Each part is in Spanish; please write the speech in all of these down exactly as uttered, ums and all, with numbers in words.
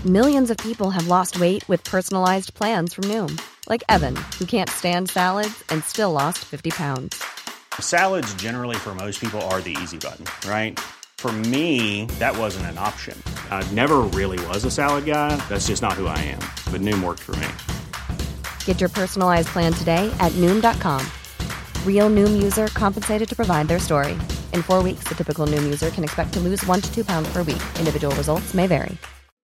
Millions of people have lost weight with personalized plans from Noom. Like Evan, who can't stand salads and still lost fifty pounds. Salads generally for most people are the easy button, right? For me, that wasn't an option. I never really was a salad guy. That's just not who I am. But Noom worked for me. Get your personalized plan today at Noom dot com. Real Noom user compensated to provide their story. In four weeks, the typical Noom user can expect to lose one to two pounds per week. Individual results may vary.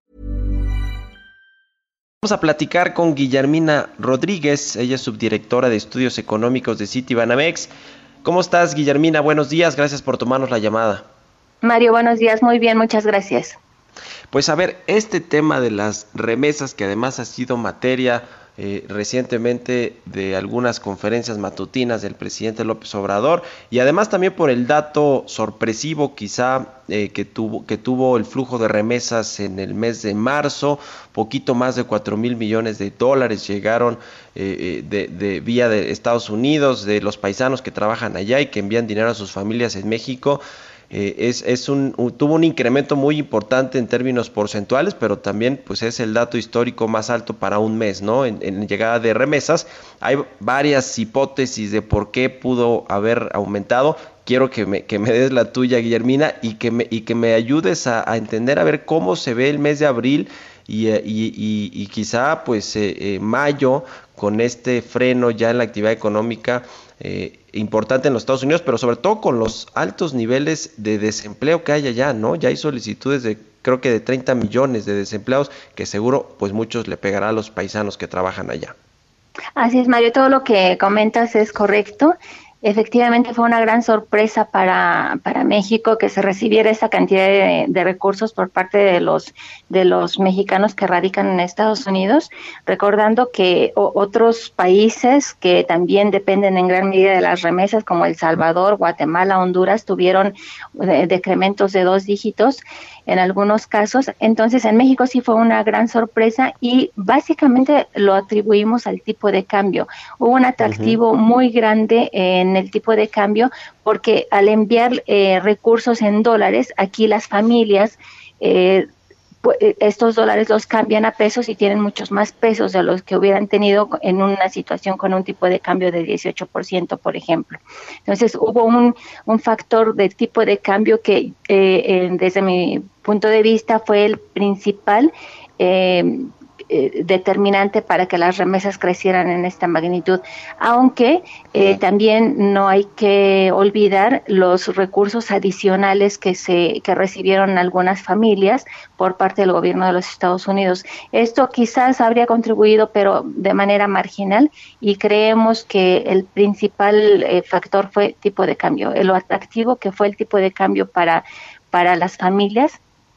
Vamos a platicar con Guillermina Rodríguez. Ella es subdirectora de Estudios Económicos de Citibanamex. ¿Cómo estás, Guillermina? Buenos días. Gracias por tomarnos la llamada. Mario, buenos días. Muy bien, muchas gracias. Pues a ver, este tema de las remesas, que además ha sido materia eh, recientemente de algunas conferencias matutinas del presidente López Obrador, y además también por el dato sorpresivo quizá eh, que tuvo que tuvo el flujo de remesas en el mes de marzo. Poquito más de cuatro mil millones de dólares llegaron eh, de, de vía de Estados Unidos, de los paisanos que trabajan allá y que envían dinero a sus familias en México. Eh, es, es un, un, tuvo un incremento muy importante en términos porcentuales, pero también pues es el dato histórico más alto para un mes, ¿no? En, en llegada de remesas. Hay varias hipótesis de por qué pudo haber aumentado. Quiero que me, que me des la tuya, Guillermina, y que me, y que me ayudes a, a entender, a ver cómo se ve el mes de abril y, y, y, y quizá pues eh, eh, mayo, con este freno ya en la actividad económica eh, importante en los Estados Unidos, pero sobre todo con los altos niveles de desempleo que hay allá, ¿no? Ya hay solicitudes de, creo que de treinta millones de desempleados, que seguro pues muchos le pegará a los paisanos que trabajan allá. Así es, Mario, todo lo que comentas es correcto. Efectivamente fue una gran sorpresa para, para México que se recibiera esa cantidad de, de recursos por parte de los de los mexicanos que radican en Estados Unidos, recordando que o, otros países que también dependen en gran medida de las remesas, como El Salvador, Guatemala, Honduras, tuvieron de, decrementos de dos dígitos en algunos casos. Entonces, en México sí fue una gran sorpresa y básicamente lo atribuimos al tipo de cambio. Hubo un atractivo uh-huh. muy grande en el tipo de cambio porque al enviar eh, recursos en dólares, aquí las familias eh, pues, estos dólares los cambian a pesos y tienen muchos más pesos de los que hubieran tenido en una situación con un tipo de cambio de dieciocho por ciento, por ejemplo. Entonces hubo un, un factor de tipo de cambio que eh, eh, desde mi punto de vista fue el principal eh, eh, determinante para que las remesas crecieran en esta magnitud, aunque eh, también no hay que olvidar los recursos adicionales que se que recibieron algunas familias por parte del gobierno de los Estados Unidos. Esto quizás habría contribuido, pero de manera marginal, y creemos que el principal eh, factor fue tipo de cambio, lo atractivo que fue el tipo de cambio para, para las familias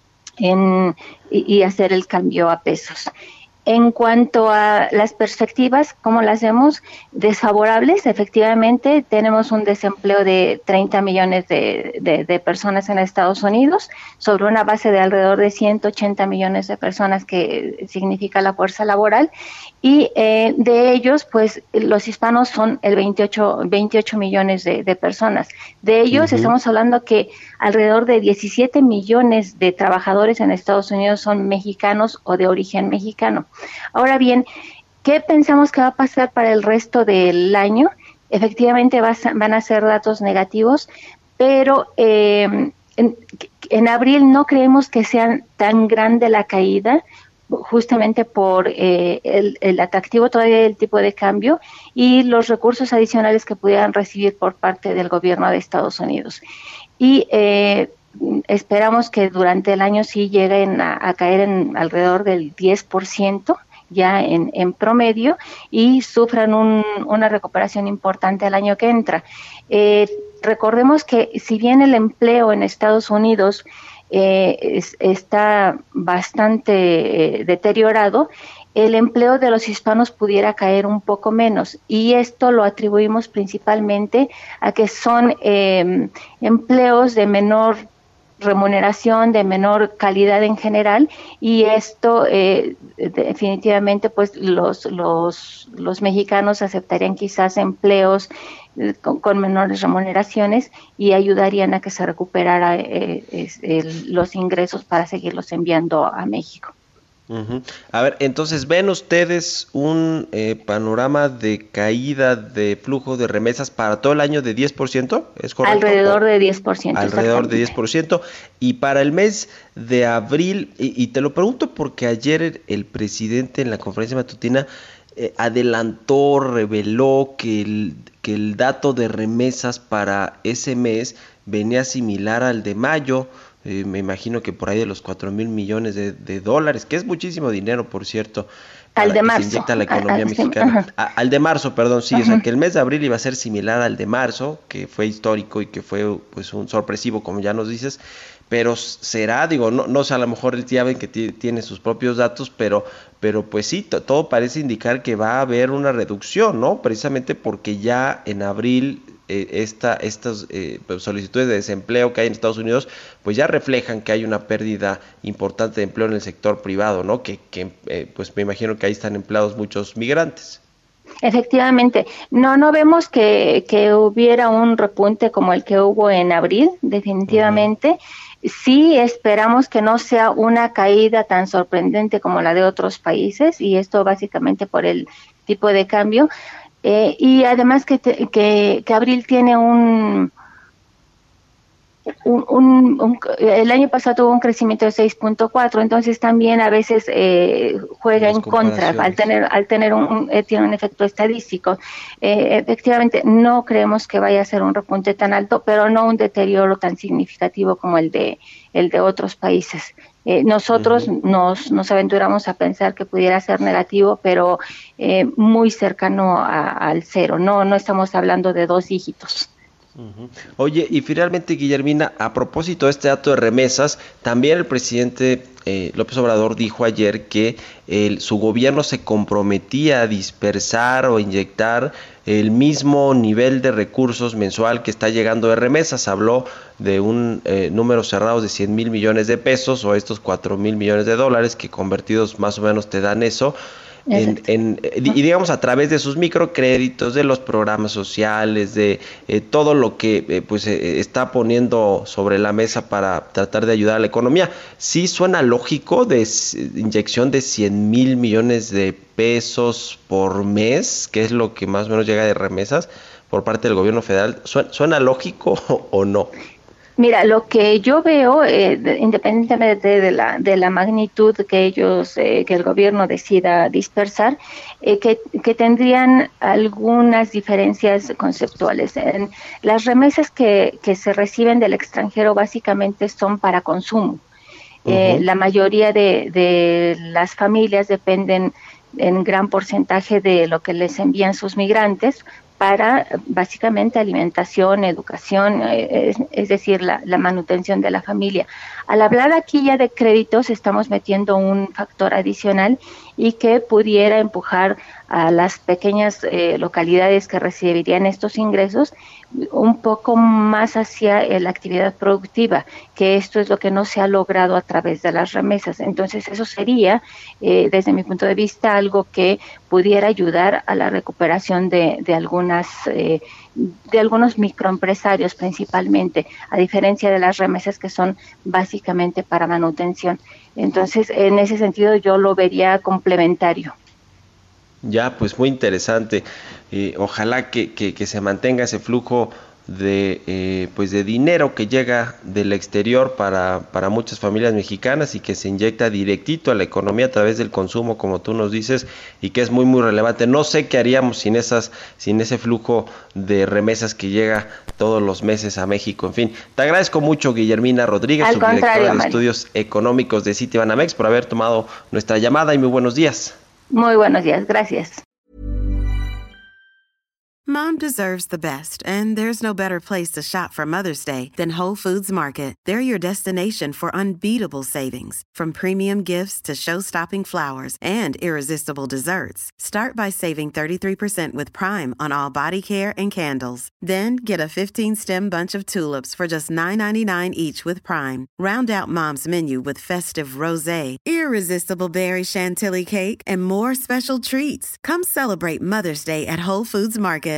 en, y, y hacer el cambio a pesos. En cuanto a las perspectivas, ¿cómo las vemos? Desfavorables, efectivamente, tenemos un desempleo de treinta millones de, de, de personas en Estados Unidos, sobre una base de alrededor de ciento ochenta millones de personas, que significa la fuerza laboral, y eh, de ellos, pues, los hispanos son el veintiocho, veintiocho millones de, de personas. De ellos, uh-huh. estamos hablando que alrededor de diecisiete millones de trabajadores en Estados Unidos son mexicanos o de origen mexicano. Ahora bien, ¿qué pensamos que va a pasar para el resto del año? Efectivamente va a, van a ser datos negativos, pero eh, en, en abril no creemos que sea tan grande la caída, justamente por eh, el, el atractivo todavía del tipo de cambio y los recursos adicionales que pudieran recibir por parte del gobierno de Estados Unidos. Y eh, esperamos que durante el año sí lleguen a, a caer en alrededor del diez por ciento ya en, en promedio y sufran un, una recuperación importante el año que entra. Eh, recordemos que si bien el empleo en Estados Unidos eh, es, está bastante eh, deteriorado, el empleo de los hispanos pudiera caer un poco menos, y esto lo atribuimos principalmente a que son eh, empleos de menor remuneración, de menor calidad en general, y esto eh, definitivamente pues los los los mexicanos aceptarían quizás empleos eh, con, con menores remuneraciones y ayudarían a que se recuperara eh, es, el, los ingresos para seguirlos enviando a México. Uh-huh. A ver, entonces, ¿ven ustedes un eh, panorama de caída de flujo de remesas para todo el año de diez por ciento? ¿Es correcto? Alrededor de diez por ciento. Alrededor de diez por ciento. Y para el mes de abril, y, y te lo pregunto porque ayer el presidente en la conferencia matutina eh, adelantó, reveló que el, que el dato de remesas para ese mes venía similar al de mayo. Eh, me imagino que por ahí de los cuatro mil millones de, de dólares, que es muchísimo dinero, por cierto, al de marzo. Que se inyecta a la economía a, mexicana. A, al de marzo, perdón, sí, uh-huh. O sea, que el mes de abril iba a ser similar al de marzo, que fue histórico y que fue pues un sorpresivo, como ya nos dices, pero será, digo, no, no sé, a lo mejor el ya ven que t- tiene sus propios datos, pero, pero pues sí, t- todo parece indicar que va a haber una reducción, ¿no? Precisamente porque ya en abril eh, esta, estas eh, solicitudes de desempleo que hay en Estados Unidos, pues ya reflejan que hay una pérdida importante de empleo en el sector privado, ¿no? Que, que eh, pues me imagino que ahí están empleados muchos migrantes. Efectivamente, no no vemos que, que hubiera un repunte como el que hubo en abril, definitivamente. Uh-huh. Sí esperamos que no sea una caída tan sorprendente como la de otros países, y esto básicamente por el tipo de cambio. Eh, y además que, te, que, que abril tiene un, un, un, un... El año pasado tuvo un crecimiento de seis punto cuatro, entonces también a veces eh, juega en contra, al tener al tener un, un eh, tiene un efecto estadístico. Eh, efectivamente, no creemos que vaya a ser un repunte tan alto, pero no un deterioro tan significativo como el de el de otros países. Eh, nosotros uh-huh. nos, nos aventuramos a pensar que pudiera ser negativo, pero eh, muy cercano a, al cero. No, no estamos hablando de dos dígitos. Uh-huh. Oye, y finalmente, Guillermina, a propósito de este dato de remesas, también el presidente eh, López Obrador dijo ayer que el, su gobierno se comprometía a dispersar o inyectar el mismo nivel de recursos mensual que está llegando de remesas. Habló de un eh, número cerrado de cien mil millones de pesos o estos cuatro mil millones de dólares que convertidos más o menos te dan eso. En, en, y digamos a través de sus microcréditos, de los programas sociales, de eh, todo lo que eh, pues eh, está poniendo sobre la mesa para tratar de ayudar a la economía. Sí suena lógico de inyección de cien mil millones de pesos por mes, que es lo que más o menos llega de remesas por parte del gobierno federal. ¿Suena, suena lógico o, o no? Mira, lo que yo veo, eh, de, independientemente de la de la magnitud que ellos, eh, que el gobierno decida dispersar, eh, que, que tendrían algunas diferencias conceptuales. En las remesas que, que se reciben del extranjero básicamente son para consumo. Uh-huh. Eh, la mayoría de, de las familias dependen en gran porcentaje de lo que les envían sus migrantes para básicamente alimentación, educación, eh, es, es decir, la, la manutención de la familia. Al hablar aquí ya de créditos, estamos metiendo un factor adicional y que pudiera empujar a las pequeñas eh, localidades que recibirían estos ingresos un poco más hacia eh, la actividad productiva, que esto es lo que no se ha logrado a través de las remesas. Entonces eso sería, eh, desde mi punto de vista, algo que pudiera ayudar a la recuperación de, de algunas eh, de algunos microempresarios principalmente, a diferencia de las remesas que son básicamente para manutención. Entonces, en ese sentido yo lo vería complementario. Ya, pues muy interesante. Eh, ojalá que, que, que se mantenga ese flujo de eh, pues de dinero que llega del exterior para, para muchas familias mexicanas y que se inyecta directito a la economía a través del consumo, como tú nos dices, y que es muy muy relevante. No sé qué haríamos sin esas sin ese flujo de remesas que llega todos los meses a México. En fin, te agradezco mucho, Guillermina Rodríguez, Al subdirectora de Mario. Estudios Económicos de Citibanamex, por haber tomado nuestra llamada y muy buenos días. Muy buenos días, gracias. Mom deserves the best, and there's no better place to shop for Mother's Day than Whole Foods Market. They're your destination for unbeatable savings, from premium gifts to show-stopping flowers and irresistible desserts. Start by saving thirty-three percent with Prime on all body care and candles. Then get a fifteen-stem bunch of tulips for just nine ninety-nine each with Prime. Round out Mom's menu with festive rosé, irresistible berry chantilly cake, and more special treats. Come celebrate Mother's Day at Whole Foods Market.